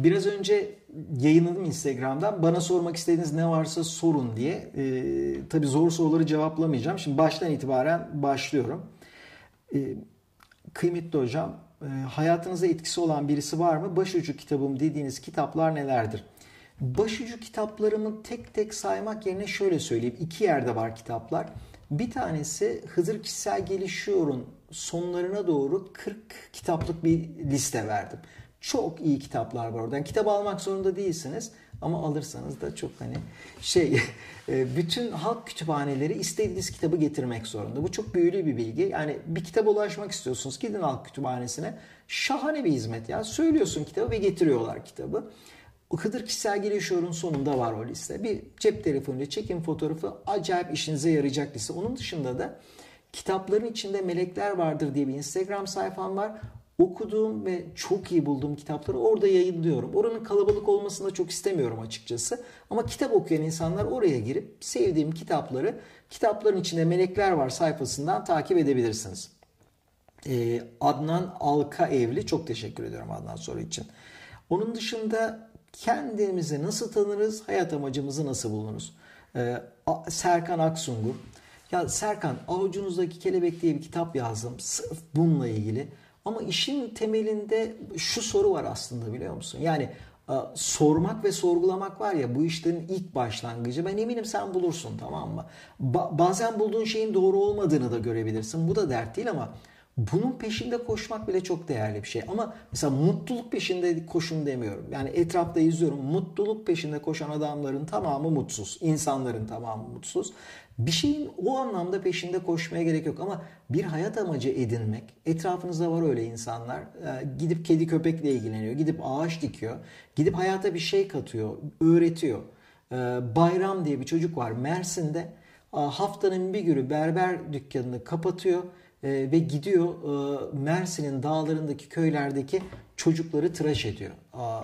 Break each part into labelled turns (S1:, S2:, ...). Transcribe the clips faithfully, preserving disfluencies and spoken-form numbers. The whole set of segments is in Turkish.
S1: Biraz önce yayınladım Instagram'dan. Bana sormak istediğiniz ne varsa sorun diye. Ee, tabii zor soruları cevaplamayacağım. Şimdi baştan itibaren başlıyorum. Ee, kıymetli hocam, e, hayatınıza etkisi olan birisi var mı? Başucu kitabım dediğiniz kitaplar nelerdir? Başucu kitaplarımı tek tek saymak yerine şöyle söyleyeyim. İki yerde var kitaplar. Bir tanesi Hızır Kişisel Gelişiyor'un sonlarına doğru kırk kitaplık bir liste verdim. Çok iyi kitaplar var oradan. Kitap almak zorunda değilsiniz ama alırsanız da çok hani şey bütün halk kütüphaneleri istediğiniz kitabı getirmek zorunda. Bu çok büyülü bir bilgi. Yani bir kitaba ulaşmak istiyorsunuz. Gidin halk kütüphanesine. Şahane bir hizmet ya. Söylüyorsun kitabı ve getiriyorlar kitabı. Hıdır Kişisel Gelişiyor'un sonunda var o liste. Bir cep telefonuyla çekin fotoğrafı, acayip işinize yarayacak liste. Onun dışında da kitapların içinde melekler vardır diye bir Instagram sayfam var. Okuduğum ve çok iyi bulduğum kitapları orada yayınlıyorum. Oranın kalabalık olmasını da çok istemiyorum açıkçası. Ama kitap okuyan insanlar oraya girip sevdiğim kitapları, kitapların içinde melekler var sayfasından takip edebilirsiniz. Ee, Adnan Alkaevli, çok teşekkür ediyorum Adnan soru için. Onun dışında kendimizi nasıl tanırız, hayat amacımızı nasıl buluruz? Ee, Serkan Aksungur. Ya Serkan, Avucunuzdaki Kelebek diye bir kitap yazdım sırf bununla ilgili. Ama işin temelinde şu soru var aslında, biliyor musun? Yani sormak ve sorgulamak var ya, bu işlerin ilk başlangıcı. Ben eminim sen bulursun, tamam mı? Ba- bazen bulduğun şeyin doğru olmadığını da görebilirsin. Bu da dert değil ama bunun peşinde koşmak bile çok değerli bir şey. Ama mesela mutluluk peşinde koşun demiyorum. Yani etrafta izliyorum. Mutluluk peşinde koşan adamların tamamı mutsuz. İnsanların tamamı mutsuz. Bir şeyin o anlamda peşinde koşmaya gerek yok. Ama bir hayat amacı edinmek. Etrafınızda var öyle insanlar. Gidip kedi köpekle ilgileniyor. Gidip ağaç dikiyor. Gidip hayata bir şey katıyor. Öğretiyor. Bayram diye bir çocuk var Mersin'de. Haftanın bir günü berber dükkanını kapatıyor. Ee, ve gidiyor e, Mersin'in dağlarındaki köylerdeki çocukları tıraş ediyor. Aa,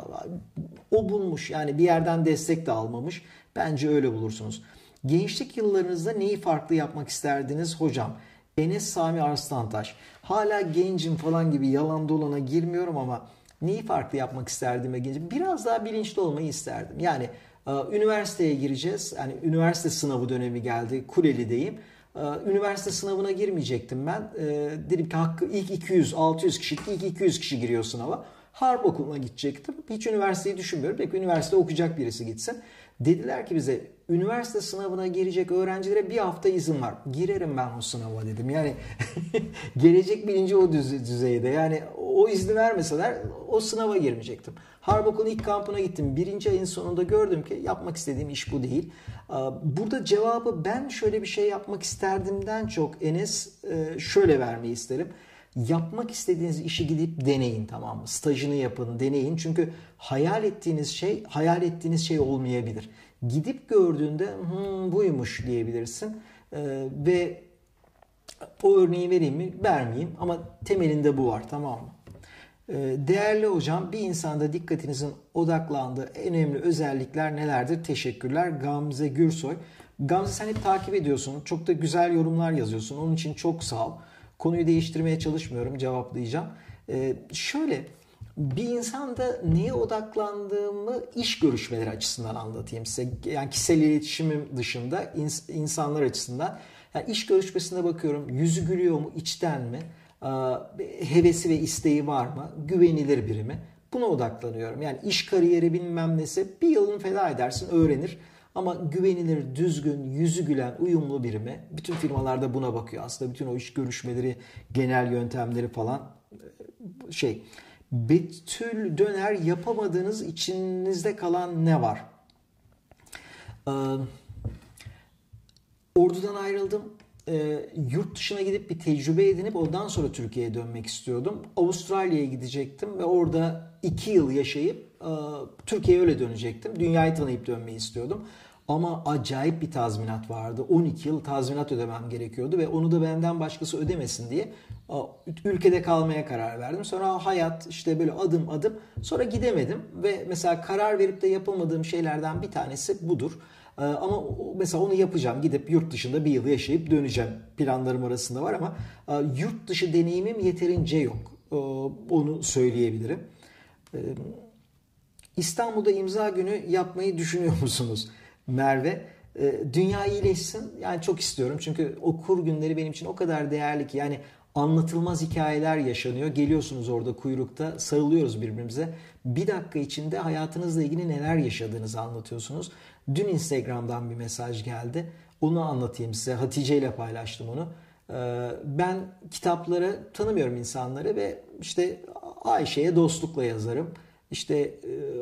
S1: o bulmuş, yani bir yerden destek de almamış. Bence öyle bulursunuz. Gençlik yıllarınızda neyi farklı yapmak isterdiniz hocam? Enes Sami Arslantaş. Hala gencim falan gibi yalan dolana girmiyorum ama neyi farklı yapmak isterdim ve gencim? Biraz daha bilinçli olmayı isterdim. Yani e, üniversiteye gireceğiz. Yani üniversite sınavı dönemi geldi. Kuleli'deyim. Üniversite sınavına girmeyecektim ben. E, dedim ki hakkı ilk iki yüz altı yüz kişi, ilk iki yüz kişi giriyor sınava. Harp okuluna gidecektim. Hiç üniversiteyi düşünmüyorum. Peki üniversite okuyacak birisi gitsin. Dediler ki bize üniversite sınavına girecek öğrencilere bir hafta izin var. Girerim ben o sınava dedim. Yani gelecek bilinci o düzeyde. Yani o izni vermeseler o sınava girmeyecektim. Harp Okulu'nun ilk kampına gittim. Birinci ayın sonunda gördüm ki yapmak istediğim iş bu değil. Burada cevabı ben şöyle bir şey yapmak isterdimden çok Enes şöyle vermeyi isterim. Yapmak istediğiniz işi gidip deneyin, tamam mı? Stajını yapın, deneyin. Çünkü hayal ettiğiniz şey, hayal ettiğiniz şey olmayabilir. Gidip gördüğünde hmm, buymuş diyebilirsin. Ee, ve o örneği vereyim mi? Vermeyeyim ama temelinde bu var, tamam mı? Ee, değerli hocam, bir insanda dikkatinizin odaklandığı en önemli özellikler nelerdir? Teşekkürler. Gamze Gürsoy. Gamze, sen hep takip ediyorsun. Çok da güzel yorumlar yazıyorsun. Onun için çok sağ ol. Konuyu değiştirmeye çalışmıyorum, cevaplayacağım. Ee, şöyle, bir insanda neye odaklandığımı iş görüşmeleri açısından anlatayım size. Yani kişisel iletişimim dışında ins- insanlar açısından. Yani iş görüşmesine bakıyorum, yüzü gülüyor mu, içten mi? Ee, hevesi ve isteği var mı? Güvenilir biri mi? Buna odaklanıyorum. Yani iş kariyeri bilmem nesi, bir yılını feda edersin, öğrenir. Ama güvenilir, düzgün, yüzü gülen, uyumlu biri mi? Bütün firmalarda buna bakıyor. Aslında bütün o iş görüşmeleri, genel yöntemleri falan şey. Betül Döner, yapamadığınız içinizde kalan ne var? Ee, ordudan ayrıldım. Ee, yurt dışına gidip bir tecrübe edinip ondan sonra Türkiye'ye dönmek istiyordum. Avustralya'ya gidecektim ve orada iki yıl yaşayıp e, Türkiye'ye öyle dönecektim. Dünyayı tanıyıp dönmeyi istiyordum. Ama acayip bir tazminat vardı. on iki yıl tazminat ödemem gerekiyordu ve onu da benden başkası ödemesin diye ülkede kalmaya karar verdim. Sonra hayat işte böyle adım adım, sonra gidemedim ve mesela karar verip de yapamadığım şeylerden bir tanesi budur. Ama mesela onu yapacağım. Gidip yurt dışında bir yıl yaşayıp döneceğim. Planlarım arasında var ama yurt dışı deneyimim yeterince yok. Onu söyleyebilirim. İstanbul'da imza günü yapmayı düşünüyor musunuz Merve? E, dünya iyileşsin. Yani çok istiyorum. Çünkü okur günleri benim için o kadar değerli ki. Yani anlatılmaz hikayeler yaşanıyor. Geliyorsunuz orada kuyrukta, sarılıyoruz birbirimize. Bir dakika içinde hayatınızla ilgili neler yaşadığınızı anlatıyorsunuz. Dün Instagram'dan bir mesaj geldi. Onu anlatayım size. Hatice ile paylaştım onu. Ee, ben kitapları tanımıyorum insanları ve işte Ayşe'ye dostlukla yazarım. İşte e,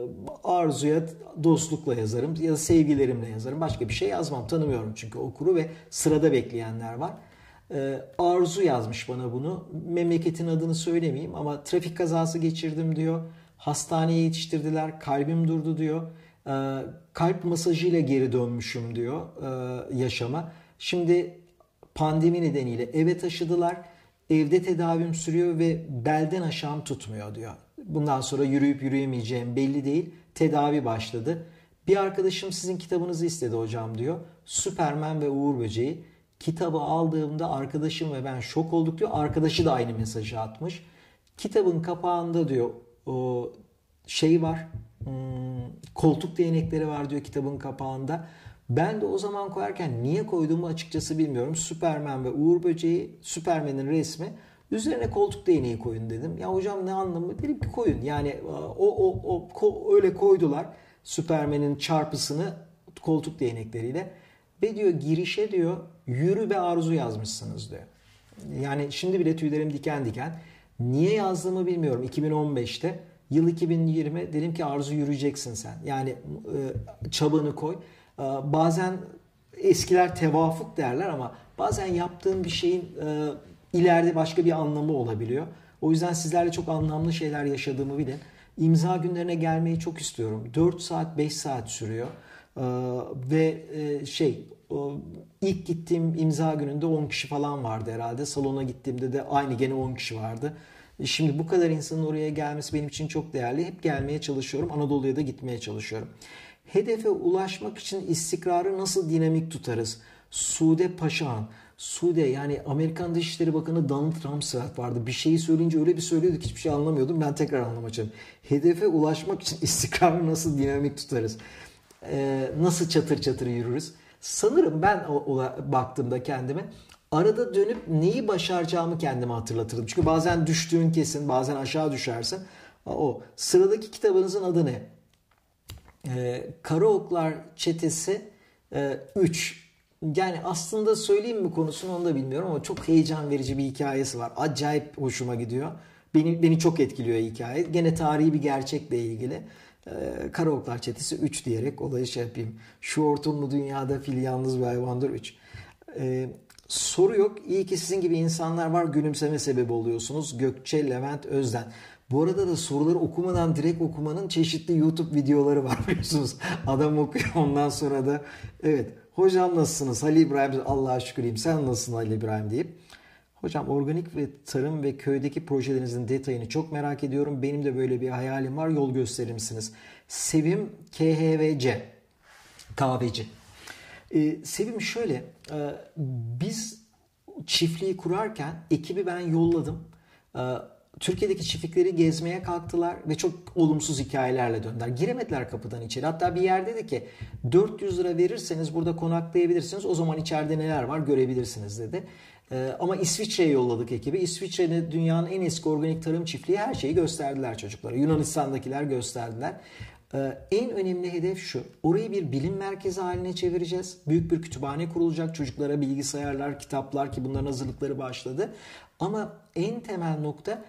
S1: Arzu'ya dostlukla yazarım ya da sevgilerimle yazarım. Başka bir şey yazmam. Tanımıyorum çünkü okuru ve sırada bekleyenler var. Ee, Arzu yazmış bana bunu. Memleketin adını söylemeyeyim ama trafik kazası geçirdim diyor. Hastaneye yetiştirdiler. Kalbim durdu diyor. Ee, kalp masajıyla geri dönmüşüm diyor e, yaşama. Şimdi pandemi nedeniyle eve taşıdılar. Evde tedavim sürüyor ve belden aşağım tutmuyor diyor. Bundan sonra yürüyüp yürüyemeyeceğim belli değil. Tedavi başladı. Bir arkadaşım sizin kitabınızı istedi hocam diyor. Süpermen ve Uğur Böceği. Kitabı aldığımda arkadaşım ve ben şok olduk diyor. Arkadaşı da aynı mesajı atmış. Kitabın kapağında diyor o şey var. Hmm, koltuk değnekleri var diyor kitabın kapağında. Ben de o zaman koyarken niye koyduğumu açıkçası bilmiyorum. Süpermen ve Uğur Böceği, Süpermen'in resmi. Üzerine koltuk değneği koyun dedim. Ya hocam ne anlamı? Dedim ki koyun. Yani o, o, o ko, öyle koydular. Süpermen'in çarpısını koltuk değnekleriyle. Ve diyor girişe diyor yürü be Arzu yazmışsınız diyor. Yani şimdi bile tüylerim diken diken. Niye yazdığımı bilmiyorum. iki bin on beşte yıl iki bin yirmi dedim ki Arzu yürüyeceksin sen. Yani e, çabanı koy. E, bazen eskiler tevafuk derler ama bazen yaptığın bir şeyin e, ileride başka bir anlamı olabiliyor. O yüzden sizlerle çok anlamlı şeyler yaşadığımı bilin. İmza günlerine gelmeyi çok istiyorum. dört saat beş saat sürüyor. Ee, ve e, şey o, ilk gittiğim imza gününde on kişi falan vardı herhalde. Salona gittiğimde de aynı gene on kişi vardı. Şimdi bu kadar insanın oraya gelmesi benim için çok değerli. Hep gelmeye çalışıyorum. Anadolu'ya da gitmeye çalışıyorum. Hedefe ulaşmak için istikrarı nasıl dinamik tutarız? Sude Paşahan. Sude yani Amerikan Dışişleri Bakanı Donald Rumsfeld vardı. Bir şeyi söyleyince öyle bir söylüyorduk hiçbir şey anlamıyordum. Ben tekrar anlamaya çalışıyorum. Hedefe ulaşmak için istikrarı nasıl dinamik tutarız? Ee, nasıl çatır çatır yürürüz? Sanırım ben o, o, baktığımda kendime arada dönüp neyi başaracağımı kendime hatırlatırdım. Çünkü bazen düştüğün kesin, bazen aşağı düşersin. O sıradaki kitabınızın adı ne? Ee, Karaoklar Çetesi e, üç. Yani aslında söyleyeyim mi konusunu onu da bilmiyorum ama çok heyecan verici bir hikayesi var. Acayip hoşuma gidiyor. Beni, beni çok etkiliyor hikaye. Gene tarihi bir gerçekle ilgili. Ee, Karaoklar Çetesi üç diyerek olayı şey yapayım. Şu hortumlu dünyada fil yalnız bir hayvandır üç. Ee, soru yok. İyi ki sizin gibi insanlar var. Gülümseme sebebi oluyorsunuz. Gökçe Levent Özden. Bu arada da soruları okumadan direkt okumanın çeşitli YouTube videoları var biliyorsunuz. Adam okuyor ondan sonra da evet hocam nasılsınız? Halil İbrahim Allah'a şüküreyim. Sen nasılsın Halil İbrahim deyip. Hocam organik ve tarım ve köydeki projelerinizin detayını çok merak ediyorum. Benim de böyle bir hayalim var. Yol gösterir misiniz? Sevim K H V C kahveci. Ee, Sevim şöyle e, biz çiftliği kurarken ekibi ben yolladım. E, Türkiye'deki çiftlikleri gezmeye kalktılar ve çok olumsuz hikayelerle döndüler. Giremediler kapıdan içeri. Hatta bir yer dedi ki dört yüz lira verirseniz burada konaklayabilirsiniz. O zaman içeride neler var görebilirsiniz dedi. Ee, ama İsviçre'ye yolladık ekibi. İsviçre'de dünyanın en eski organik tarım çiftliği her şeyi gösterdiler çocuklara. Yunanistan'dakiler gösterdiler. Ee, en önemli hedef şu. Orayı bir bilim merkezi haline çevireceğiz. Büyük bir kütüphane kurulacak. Çocuklara bilgisayarlar, kitaplar ki bunların hazırlıkları başladı. Ama en temel nokta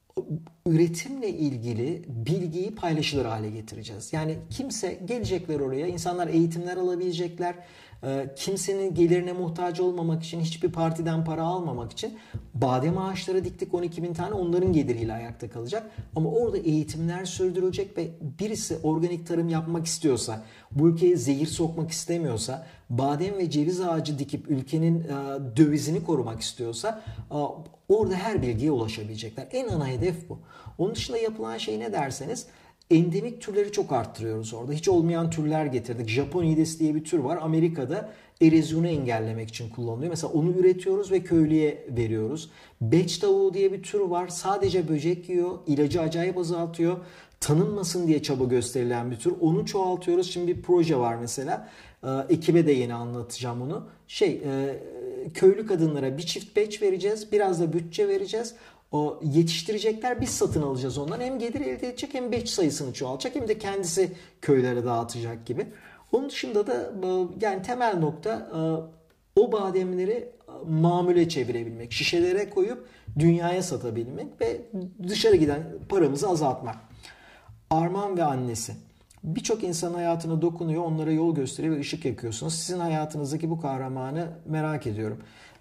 S1: üretimle ilgili bilgiyi paylaşılır hale getireceğiz. Yani kimse gelecekler oraya, insanlar eğitimler alabilecekler. Kimsenin gelirine muhtaç olmamak için, hiçbir partiden para almamak için badem ağaçları diktik on iki bin tane, onların geliriyle ayakta kalacak. Ama orada eğitimler sürdürülecek ve birisi organik tarım yapmak istiyorsa, bu ülkeye zehir sokmak istemiyorsa, badem ve ceviz ağacı dikip ülkenin dövizini korumak istiyorsa orada her bilgiye ulaşabilecekler. En ana hedef bu. Onun dışında yapılan şey ne derseniz, endemik türleri çok arttırıyoruz orada. Hiç olmayan türler getirdik. Japon iğdesi diye bir tür var. Amerika'da erozyonu engellemek için kullanılıyor. Mesela onu üretiyoruz ve köylüye veriyoruz. Beç tavuğu diye bir tür var. Sadece böcek yiyor. İlacı acayip azaltıyor. Tanınmasın diye çaba gösterilen bir tür. Onu çoğaltıyoruz. Şimdi bir proje var mesela. Ee, ekibe de yeni anlatacağım onu. Şey, e, köylü kadınlara bir çift beç vereceğiz. Biraz da bütçe vereceğiz. O yetiştirecekler, biz satın alacağız ondan. Hem gelir elde edecek, hem beç sayısını çoğaltacak, hem de kendisi köylere dağıtacak gibi. Onun dışında da yani temel nokta o bademleri mamule çevirebilmek. Şişelere koyup dünyaya satabilmek ve dışarı giden paramızı azaltmak. Armağan ve annesi. Birçok insanın hayatına dokunuyor, onlara yol gösteriyor ve ışık yakıyorsunuz. Sizin hayatınızdaki bu kahramanı merak ediyorum.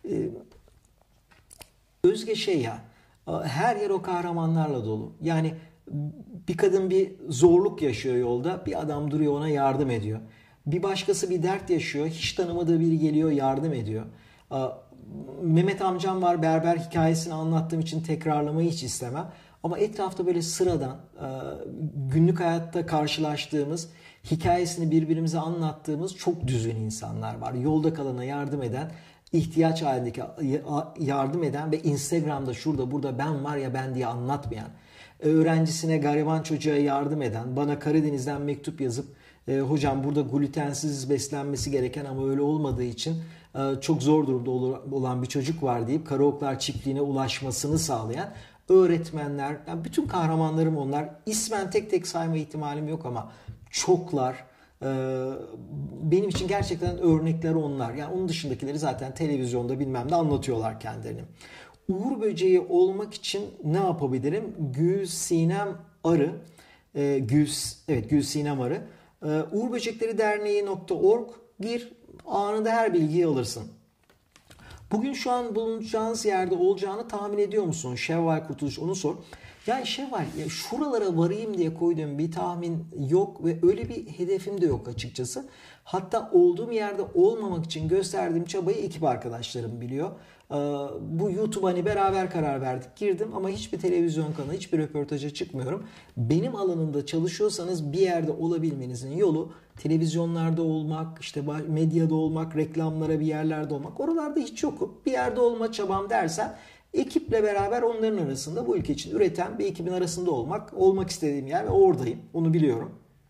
S1: Özge şey ya, her yer o kahramanlarla dolu. Yani bir kadın bir zorluk yaşıyor yolda, bir adam duruyor ona yardım ediyor. Bir başkası bir dert yaşıyor, hiç tanımadığı biri geliyor yardım ediyor. Mehmet amcam var, berber, hikayesini anlattığım için tekrarlamayı hiç istemem. Ama etrafta böyle sıradan, günlük hayatta karşılaştığımız, hikayesini birbirimize anlattığımız çok düzgün insanlar var. Yolda kalana yardım eden, ihtiyaç halindeki yardım eden ve Instagram'da şurada burada ben var ya ben diye anlatmayan, öğrencisine, gariban çocuğa yardım eden, bana Karadeniz'den mektup yazıp e, hocam burada glutensiz beslenmesi gereken ama öyle olmadığı için e, çok zor durumda olan bir çocuk var deyip Karaoklar Çiftliği'ne ulaşmasını sağlayan öğretmenler, yani bütün kahramanlarım onlar. İsmen tek tek sayma ihtimalim yok ama çoklar. Benim için gerçekten örnekler onlar. Yani onun dışındakileri zaten televizyonda bilmem ne anlatıyorlar kendilerini. Uğur böceği olmak için ne yapabilirim? Gül Sinem Arı, e, Gül, evet Gül Sinem Arı. E, Uğur Böcekleri Derneği nokta org gir, anında her bilgiyi alırsın. Bugün şu an bulunacağınız yerde olacağını tahmin ediyor musun? Şevval Kurtuluş, onu sor. Yani Şevval, ya şuralara varayım diye koyduğum bir tahmin yok ve öyle bir hedefim de yok açıkçası. Hatta olduğum yerde olmamak için gösterdiğim çabayı ekip arkadaşlarım biliyor. Bu YouTube'a hani beraber karar verdik, girdim ama hiçbir televizyon kanalı, hiçbir röportaja çıkmıyorum. Benim alanımda çalışıyorsanız bir yerde olabilmenizin yolu televizyonlarda olmak, işte medyada olmak, reklamlara bir yerlerde olmak. Oralarda hiç yokum. Bir yerde olma çabam dersen ekiple beraber onların arasında bu ülke için üreten bir ekibin arasında olmak, olmak istediğim yer ve oradayım. Onu biliyorum.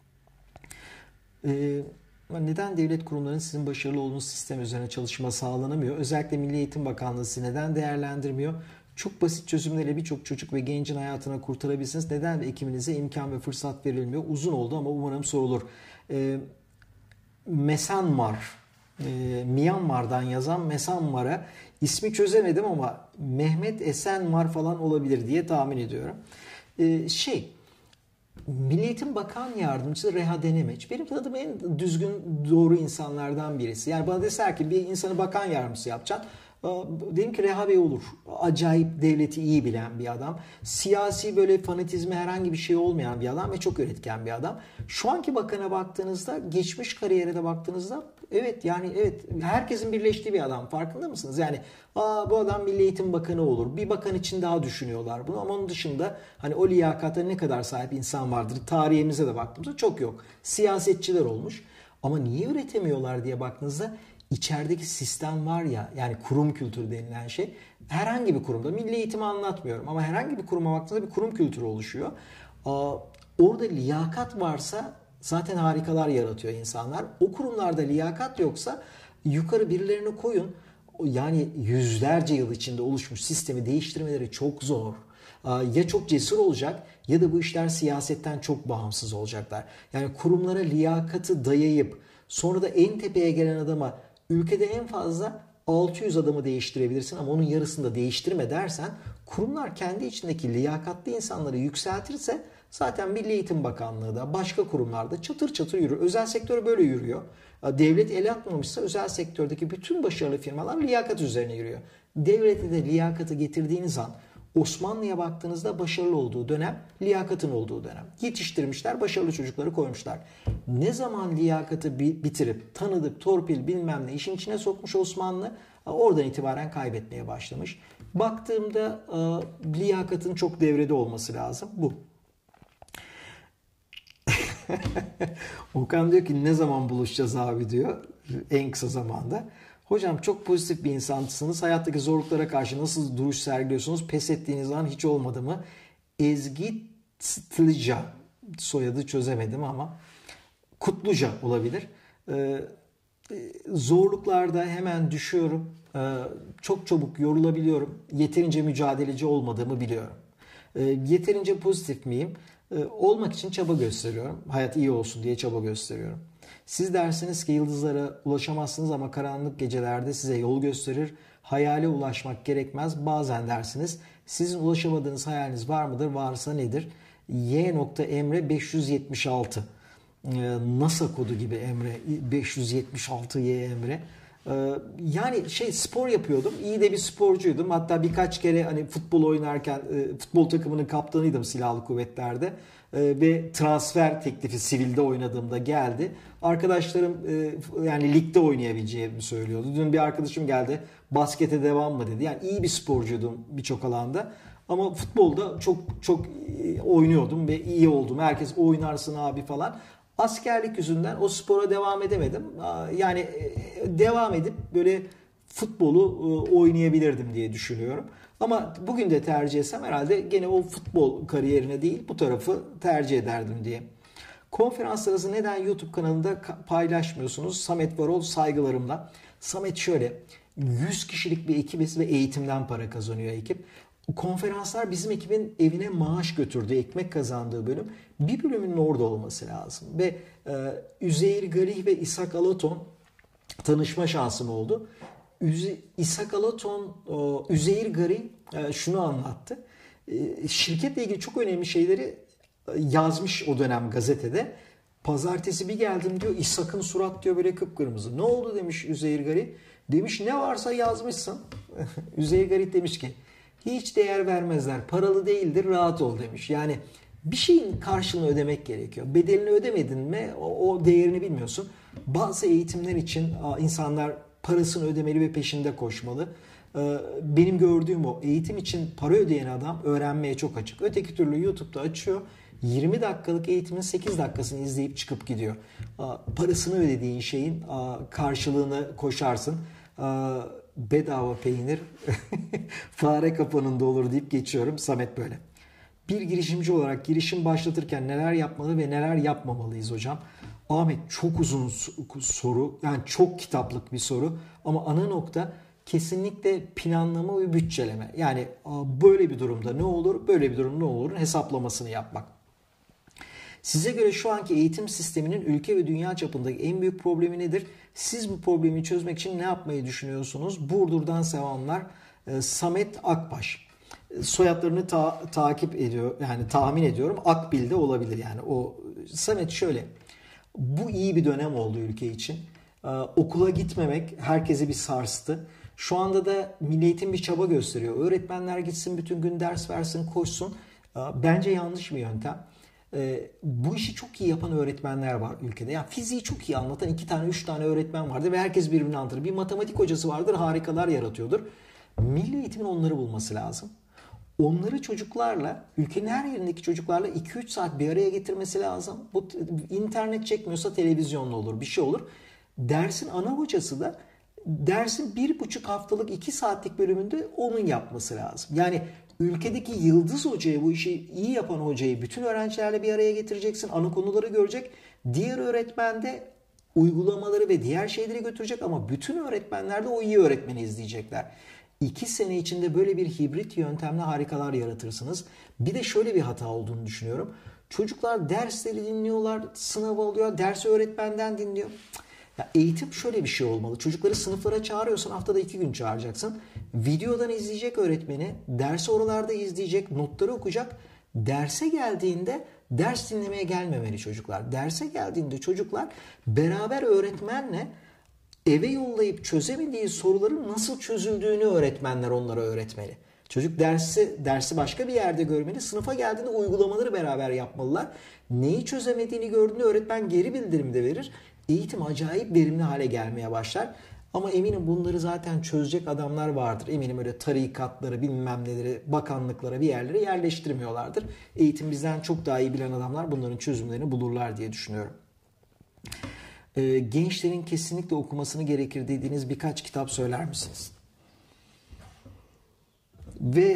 S1: Ee, neden devlet kurumlarının sizin başarılı olduğunuz sistem üzerine çalışma sağlanamıyor? Özellikle Milli Eğitim Bakanlığı sizi neden değerlendirmiyor? Çok basit çözümlerle birçok çocuk ve gencin hayatını kurtarabilirsiniz. Neden ekibinize imkan ve fırsat verilmiyor? Uzun oldu ama umarım sorulur. Ee, Mesanmar, e, Myanmar'dan yazan Mesanmar'a ismi çözemedim ama Mehmet Esenmar falan olabilir diye tahmin ediyorum. Ee, şey, Milli Eğitim Bakan Yardımcısı Reha Denemeç. Benim tanıdığım en düzgün, doğru insanlardan birisi. Yani bana deser ki bir insanı bakan yardımcısı yapacaksın. Dedim ki Reha Bey olur. Acayip devleti iyi bilen bir adam. Siyasi böyle fanatizmi herhangi bir şey olmayan bir adam ve çok üretken bir adam. Şu anki bakana baktığınızda, geçmiş kariyere de baktığınızda evet yani evet herkesin birleştiği bir adam. Farkında mısınız? Yani aa, bu adam Milli Eğitim Bakanı olur. Bir bakan için daha düşünüyorlar bunu ama onun dışında hani o liyakata ne kadar sahip insan vardır? Tarihimize de baktığımızda çok yok. Siyasetçiler olmuş. Ama niye üretemiyorlar diye baktığınızda İçerideki sistem var ya, yani kurum kültürü denilen şey, herhangi bir kurumda, milli eğitimi anlatmıyorum ama herhangi bir kuruma baktığınızda bir kurum kültürü oluşuyor. Orada liyakat varsa zaten harikalar yaratıyor insanlar. O kurumlarda liyakat yoksa yukarı birilerini koyun. Yani yüzlerce yıl içinde oluşmuş sistemi değiştirmeleri çok zor. Ya çok cesur olacak ya da bu işler siyasetten çok bağımsız olacaklar. Yani kurumlara liyakatı dayayıp sonra da en tepeye gelen adama ülkede en fazla altı yüz adamı değiştirebilirsin ama onun yarısını da değiştirme dersen, kurumlar kendi içindeki liyakatlı insanları yükseltirse zaten Milli Eğitim Bakanlığı da başka kurumlarda çatır çatır yürür. Özel sektör böyle yürüyor. Devlet el atmamışsa özel sektördeki bütün başarılı firmalar liyakat üzerine yürüyor. Devlete de liyakatı getirdiğiniz an, Osmanlı'ya baktığınızda başarılı olduğu dönem, liyakatın olduğu dönem. Yetiştirmişler, başarılı çocukları koymuşlar. Ne zaman liyakatı bitirip tanıdık, torpil bilmem ne işin içine sokmuş Osmanlı, oradan itibaren kaybetmeye başlamış. Baktığımda liyakatın çok devrede olması lazım. Bu. Okan diyor ki ne zaman buluşacağız abi diyor. en kısa zamanda. Hocam çok pozitif bir insansınız. Hayattaki zorluklara karşı nasıl duruş sergiliyorsunuz? Pes ettiğiniz an hiç olmadı mı? Ezgi Tlıca, soyadı çözemedim ama Kutluca olabilir. Ee, zorluklarda hemen düşüyorum. Ee, çok çabuk yorulabiliyorum. Yeterince mücadeleci olmadığımı biliyorum. Ee, yeterince pozitif miyim? Ee, olmak için çaba gösteriyorum. Hayat iyi olsun diye çaba gösteriyorum. Siz dersiniz ki yıldızlara ulaşamazsınız ama karanlık gecelerde size yol gösterir. Hayale ulaşmak gerekmez. Bazen dersiniz sizin ulaşamadığınız hayaliniz var mıdır? Varsa nedir? Y. Emre beş yüz yetmiş altı. NASA kodu gibi Emre. beş yüz yetmiş altı Y Emre. Yani şey, spor yapıyordum. İyi de bir sporcuydum. Hatta birkaç kere hani futbol oynarken futbol takımının kaptanıydım silahlı kuvvetlerde. Ve transfer teklifi sivilde oynadığımda geldi. Arkadaşlarım yani ligde oynayabileceğimi söylüyordu. Dün bir arkadaşım geldi, baskete devam mı dedi. Yani iyi bir sporcuydum birçok alanda. Ama futbolda çok çok oynuyordum ve iyi oldum. Herkes oynarsın abi falan. Askerlik yüzünden o spora devam edemedim. Yani devam edip böyle futbolu oynayabilirdim diye düşünüyorum. Ama bugün de tercih etsem herhalde gene o futbol kariyerine değil bu tarafı tercih ederdim diye. Konferanslarınızı neden YouTube kanalında paylaşmıyorsunuz? Samet Varol, saygılarımla. Samet şöyle, yüz kişilik bir ekibiz ve eğitimden para kazanıyor ekip. Konferanslar bizim ekibin evine maaş götürdüğü, ekmek kazandığı bölüm. Bir bölümünün orada olması lazım. Ve e, Üzeyir Garih ve İshak Alaton tanışma şansım oldu. Üze, İshak Alaton, e, Üzeyir Garih e, şunu anlattı. E, şirketle ilgili çok önemli şeyleri yazmış o dönem gazetede. Pazartesi bir geldim diyor, İshak'ın surat diyor böyle kıpkırmızı. Ne oldu demiş Üzeyir Garih. Demiş ne varsa yazmışsın. Üzeyir Garih demiş ki hiç değer vermezler. Paralı değildir, rahat ol demiş. Yani bir şeyin karşılığını ödemek gerekiyor. Bedelini ödemedin mi o, o değerini bilmiyorsun. Bazı eğitimler için insanlar parasını ödemeli ve peşinde koşmalı. Benim gördüğüm o, eğitim için para ödeyen adam öğrenmeye çok açık. Öteki türlü YouTube'da açıyor. yirmi dakikalık eğitimin sekiz dakikasını izleyip çıkıp gidiyor. Parasını ödediğin şeyin karşılığını koşarsın. Bedava peynir fare kapanında olur deyip geçiyorum. Samet böyle. Bir girişimci olarak girişim başlatırken neler yapmalı ve neler yapmamalıyız hocam? Ahmet, çok uzun soru. Yani çok kitaplık bir soru. Ama ana nokta kesinlikle planlama ve bütçeleme. Yani böyle bir durumda ne olur, böyle bir durumda ne olur hesaplamasını yapmak. Size göre şu anki eğitim sisteminin ülke ve dünya çapındaki en büyük problemi nedir? Siz bu problemi çözmek için ne yapmayı düşünüyorsunuz? Burdur'dan selamlar. Samet Akbaş. Soyadlarını ta- takip ediyor, yani tahmin ediyorum. Akbil de olabilir yani. O Samet şöyle. Bu iyi bir dönem oldu ülke için. Ee, okula gitmemek herkese bir sarstı. Şu anda da Milli Eğitim bir çaba gösteriyor. Öğretmenler gitsin, bütün gün ders versin, koşsun. Ee, bence yanlış bir yöntem. Ee, bu işi çok iyi yapan öğretmenler var ülkede. Yani fiziği çok iyi anlatan iki tane, üç tane öğretmen vardır ve herkes birbirini anlatır. Bir matematik hocası vardır, harikalar yaratıyordur. Milli Eğitim'in onları bulması lazım. Onları çocuklarla, ülkenin her yerindeki çocuklarla iki üç saat bir araya getirmesi lazım. Bu internet çekmiyorsa televizyonla olur, bir şey olur. Dersin ana hocası da dersin bir buçuk haftalık iki saatlik bölümünde onun yapması lazım. Yani ülkedeki yıldız hocayı, bu işi iyi yapan hocayı bütün öğrencilerle bir araya getireceksin. Ana konuları görecek. Diğer öğretmen de uygulamaları ve diğer şeyleri götürecek ama bütün öğretmenler de o iyi öğretmeni izleyecekler. İki sene içinde böyle bir hibrit yöntemle harikalar yaratırsınız. Bir de şöyle bir hata olduğunu düşünüyorum. Çocuklar dersleri dinliyorlar, sınav alıyor, dersi öğretmenden dinliyor. Ya eğitim şöyle bir şey olmalı. Çocukları sınıflara çağırıyorsan haftada iki gün çağıracaksın. Videodan izleyecek öğretmeni, dersi oralarda izleyecek, notları okuyacak. Derse geldiğinde ders dinlemeye gelmemeli çocuklar. Derse geldiğinde çocuklar beraber öğretmenle eve yollayıp çözemediği soruların nasıl çözüldüğünü öğretmenler onlara öğretmeli. Çocuk dersi dersi başka bir yerde görmeli. Sınıfa geldiğinde uygulamaları beraber yapmalılar. Neyi çözemediğini gördüğünde öğretmen geri bildirim de verir. Eğitim acayip verimli hale gelmeye başlar. Ama eminim bunları zaten çözecek adamlar vardır. Eminim öyle tarikatları, bilmem neleri, bakanlıklara, bir yerlere yerleştirmiyorlardır. Eğitim bizden çok daha iyi bilen adamlar bunların çözümlerini bulurlar diye düşünüyorum. e, gençlerin kesinlikle okumasını gerekir dediğiniz birkaç kitap söyler misiniz? Ve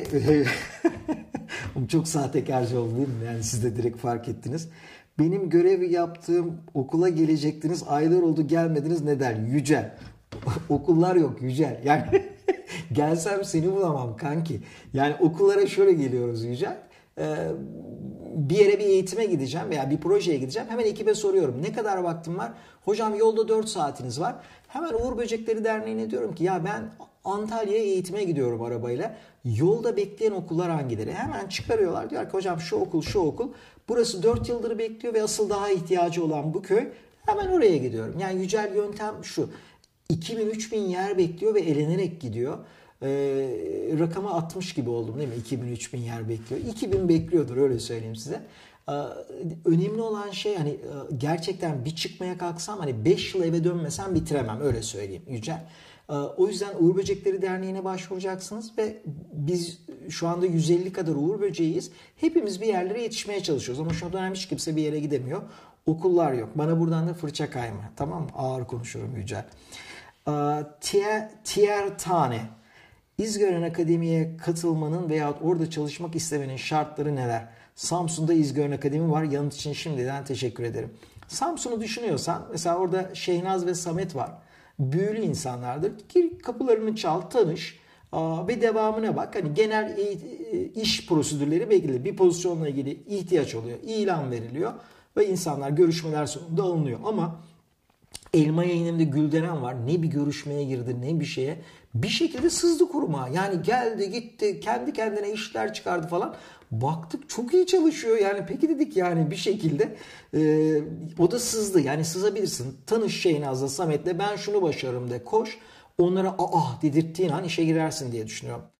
S1: çok sahtekarca oldu değil mi? Yani siz de direkt fark ettiniz. Benim görev yaptığım okula gelecektiniz. Aylar oldu gelmediniz. Ne der? Yücel. Okullar yok Yücel. Yani gelsem seni bulamam kanki. Yani okullara şöyle geliyoruz Yücel. Ee, bir yere bir eğitime gideceğim veya bir projeye gideceğim. Hemen ekibe soruyorum. Ne kadar vaktim var? Hocam yolda dört saatiniz var. Hemen Uğur Böcekleri Derneği'ne diyorum ki ya ben Antalya'ya eğitime gidiyorum arabayla. Yolda bekleyen okullar hangileri? Hemen çıkarıyorlar. Diyor ki hocam şu okul şu okul. Burası dört yıldır bekliyor ve asıl daha ihtiyacı olan bu köy. Hemen oraya gidiyorum. Yani yücel yöntem şu. iki bin üç bin yer bekliyor ve elenerek gidiyor. Ee, rakama atmış gibi oldum değil mi? iki bin üç bin yer bekliyor. iki bin bekliyordur öyle söyleyeyim size. Ee, önemli olan şey hani gerçekten bir çıkmaya kalksam hani beş yıl eve dönmesem bitiremem öyle söyleyeyim Yücel. Ee, o yüzden Uğur Böcekleri Derneği'ne başvuracaksınız ve biz şu anda yüz elli kadar Uğur Böceğiyiz. Hepimiz bir yerlere yetişmeye çalışıyoruz ama şu dönem hiç kimse bir yere gidemiyor. Okullar yok. Bana buradan da fırça kayma. Tamam mı? Ağır konuşuyorum Yücel. Tier, tier tane. İzgören Akademi'ye katılmanın veyahut orada çalışmak istemenin şartları neler? Samsun'da İzgören Akademi var. Yanıt için şimdiden teşekkür ederim. Samsun'u düşünüyorsan mesela orada Şehnaz ve Samet var. Büyülü insanlardır. Gir kapılarını çal, tanış ve devamına bak. Hani genel iş prosedürleri belirli. Bir pozisyonla ilgili ihtiyaç oluyor. İlan veriliyor ve insanlar görüşmeler sonunda alınıyor. Ama Elma Yayını'nda Gülderen var. Ne bir görüşmeye girdi ne bir şeye. Bir şekilde sızdı kuruma. Yani geldi gitti kendi kendine işler çıkardı falan. Baktık çok iyi çalışıyor. Yani peki dedik yani bir şekilde e, o da sızdı. Yani sızabilirsin. Tanış Şehnaz'la Samet'le ben şunu başarırım de koş. Onlara aa dedirttiğin an işe girersin diye düşünüyorum.